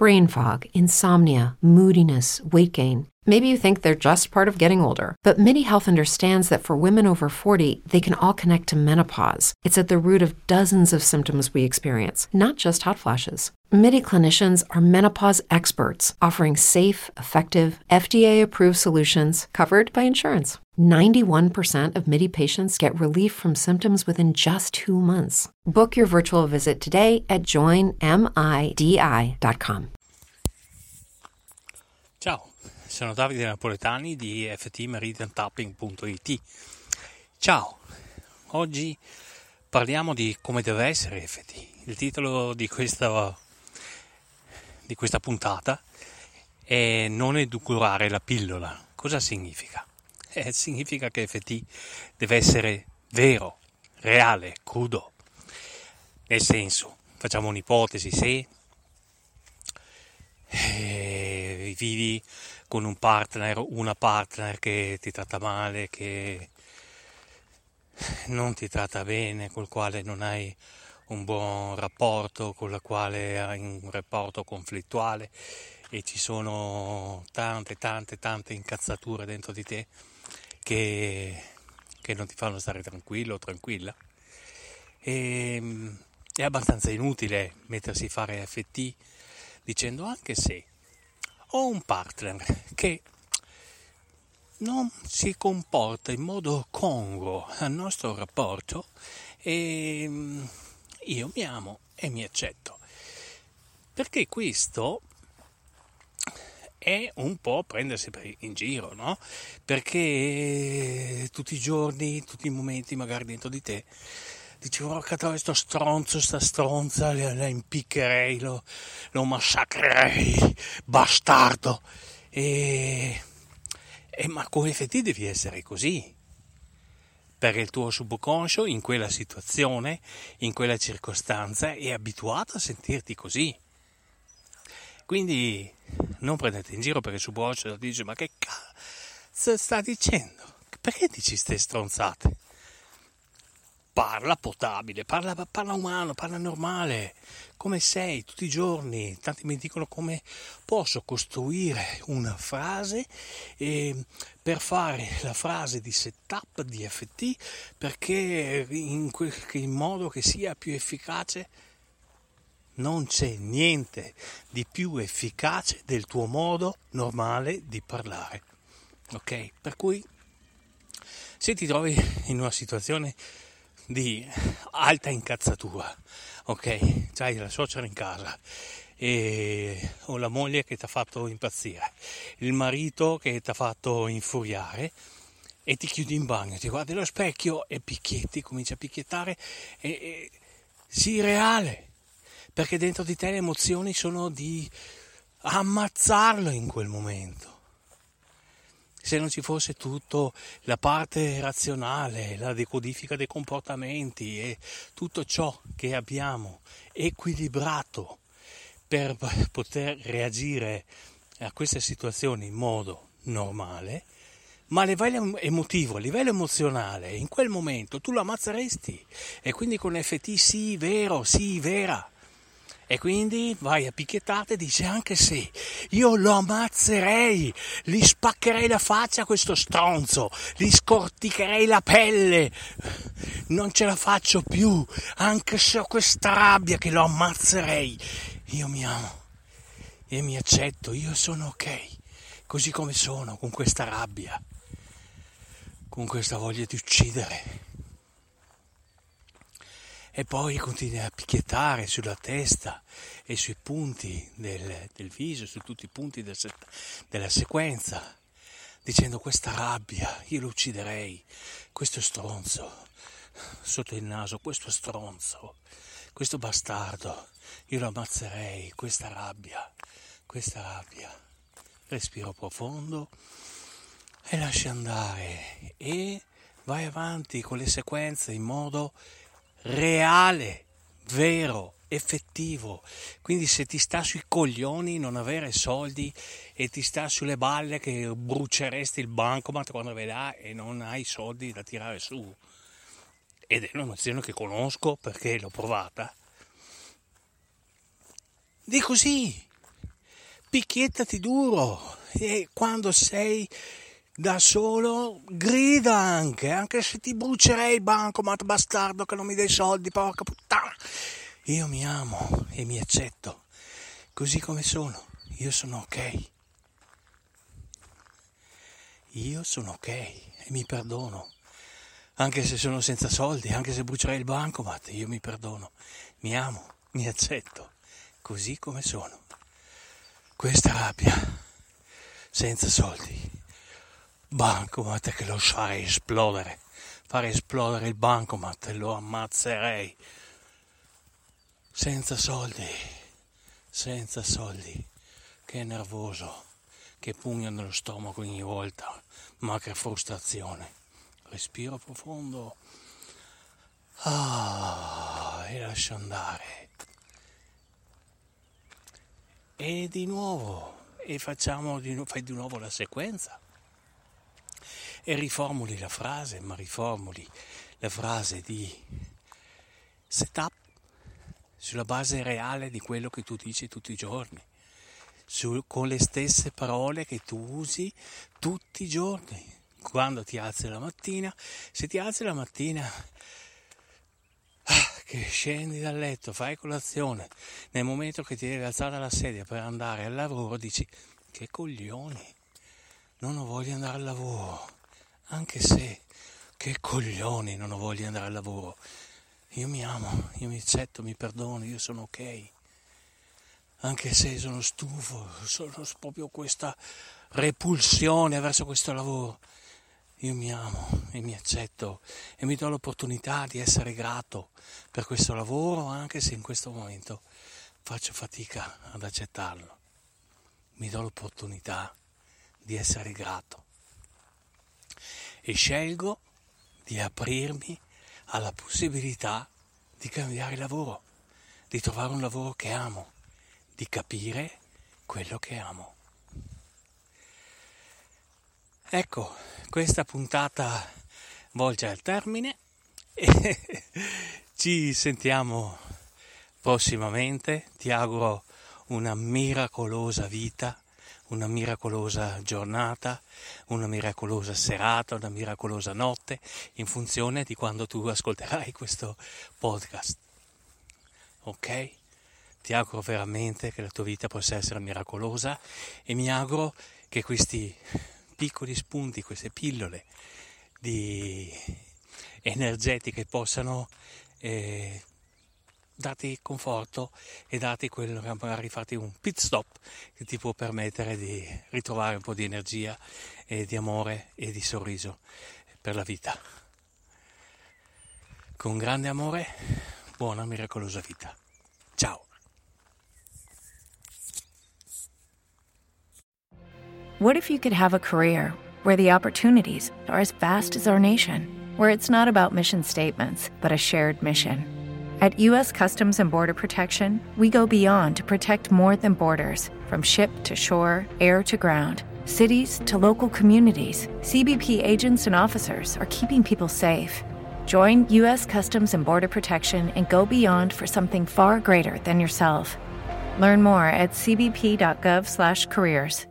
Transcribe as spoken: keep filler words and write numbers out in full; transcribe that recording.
brain fog, insomnia, moodiness, weight gain. Maybe you think they're just part of getting older, but MIDI Health understands that for women over forty, they can all connect to menopause. It's at the root of dozens of symptoms we experience, not just hot flashes. MIDI clinicians are menopause experts, offering safe, effective, F D A-approved solutions covered by insurance. ninety-one percent of MIDI patients get relief from symptoms within just two months. Book your virtual visit today at join midi dot com. Ciao, sono Davide Napoletani di f t meridian tapping punto i t. Ciao, oggi parliamo di come deve essere F T. Il titolo di questa, di questa puntata è Non edulcorare la pillola. Cosa significa? Eh, significa che F T deve essere vero, reale, crudo. Nel senso, facciamo un'ipotesi, se eh, vivi con un partner, una partner che ti tratta male, che non ti tratta bene, col quale non hai un buon rapporto, con la quale hai un rapporto conflittuale e ci sono tante, tante, tante incazzature dentro di te che, che non ti fanno stare tranquillo o tranquilla. E, è abbastanza inutile mettersi a fare F T dicendo anche se ho un partner che non si comporta in modo congruo al nostro rapporto e io mi amo e mi accetto, perché questo è un po' prendersi in giro, no? Perché tutti i giorni, tutti i momenti magari dentro di te dici, porca troia, sto stronzo, sta stronza, la, la impiccherei, lo, lo massacrerei, bastardo. E, e ma con F T devi essere così, perché il tuo subconscio in quella situazione, in quella circostanza, è abituato a sentirti così. Quindi non prendete in giro perché il subconscio dice, ma che cazzo sta dicendo? Perché dici ste stronzate? Parla potabile, parla, parla umano, parla normale, come sei tutti i giorni. Tanti mi dicono come posso costruire una frase eh, per fare la frase di setup di F T perché in, que- in modo che sia più efficace. Non c'è niente di più efficace del tuo modo normale di parlare, ok? Per cui se ti trovi in una situazione di alta incazzatura, ok? C'hai la suocera in casa e, o la moglie che ti ha fatto impazzire, il marito che ti ha fatto infuriare e ti chiudi in bagno, ti guardi allo specchio e picchietti, cominci a picchiettare e, e sii reale, perché dentro di te le emozioni sono di ammazzarlo in quel momento. Se non ci fosse tutto la parte razionale, la decodifica dei comportamenti e tutto ciò che abbiamo equilibrato per poter reagire a queste situazioni in modo normale, ma a livello emotivo, a livello emozionale, in quel momento tu lo ammazzeresti. E quindi con F T sì, vero, sì, vera. E quindi vai a picchiettate e dice anche se io lo ammazzerei, gli spaccherei la faccia a questo stronzo, gli scorticherei la pelle, non ce la faccio più, anche se ho questa rabbia che lo ammazzerei. Io mi amo e mi accetto, io sono ok, così come sono, con questa rabbia, con questa voglia di uccidere. E poi continui a picchiettare sulla testa e sui punti del, del viso, su tutti i punti del, della sequenza, dicendo questa rabbia, io lo ucciderei, questo stronzo, sotto il naso, questo stronzo, questo bastardo, io lo ammazzerei, questa rabbia, questa rabbia. Respiro profondo e lasci andare e vai avanti con le sequenze in modo reale, vero, effettivo. Quindi se ti sta sui coglioni non avere soldi e ti sta sulle balle che bruceresti il bancomat quando vai là e non hai soldi da tirare su, ed è un'emozione che conosco perché l'ho provata, di così picchiettati duro, e quando sei da solo grida anche, anche se ti brucerei il bancomat, bastardo che non mi dai soldi, porca puttana. Io mi amo e mi accetto così come sono, io sono ok. Io sono ok e mi perdono, anche se sono senza soldi, anche se brucerei il bancomat, io mi perdono, mi amo, mi accetto così come sono. Questa rabbia, senza soldi, bancomat che lo farei esplodere, farei esplodere il bancomat e lo ammazzerei. Senza soldi, senza soldi, che nervoso, che pugno nello stomaco ogni volta, ma che frustrazione. Respiro profondo, ah, e lascio andare. E di nuovo, e facciamo di, nu- fai di nuovo la sequenza. E riformuli la frase, ma riformuli la frase di setup sulla base reale di quello che tu dici tutti i giorni. Su, con le stesse parole che tu usi tutti i giorni. Quando ti alzi la mattina, se ti alzi la mattina, ah, che scendi dal letto, fai colazione, nel momento che ti devi alzare dalla sedia per andare al lavoro, dici, che coglioni, non ho voglia di andare al lavoro, anche se, che coglioni, non ho voglia di andare al lavoro. Io mi amo, io mi accetto, mi perdono, io sono ok. Anche se sono stufo, sono proprio questa repulsione verso questo lavoro. Io mi amo e mi accetto e mi do l'opportunità di essere grato per questo lavoro, anche se in questo momento faccio fatica ad accettarlo. Mi do l'opportunità di essere grato e scelgo di aprirmi alla possibilità di cambiare lavoro, di trovare un lavoro che amo, di capire quello che amo. Ecco, questa puntata volge al termine e ci sentiamo prossimamente. Ti auguro una miracolosa vita, una miracolosa giornata, una miracolosa serata, una miracolosa notte, in funzione di quando tu ascolterai questo podcast. Ok? Ti auguro veramente che la tua vita possa essere miracolosa e mi auguro che questi piccoli spunti, queste pillole di energetiche possano eh, darti conforto e darti quello, magari farti un pit stop che ti può permettere di ritrovare un po' di energia e di amore e di sorriso per la vita. Con grande amore, buona miracolosa vita. Ciao. What if you could have a career where the opportunities are as vast as our nation, where it's not about mission statements, but a shared mission? At U S Customs and Border Protection, we go beyond to protect more than borders. From ship to shore, air to ground, cities to local communities, C B P agents and officers are keeping people safe. Join U S Customs and Border Protection and go beyond for something far greater than yourself. Learn more at c b p dot gov slash careers.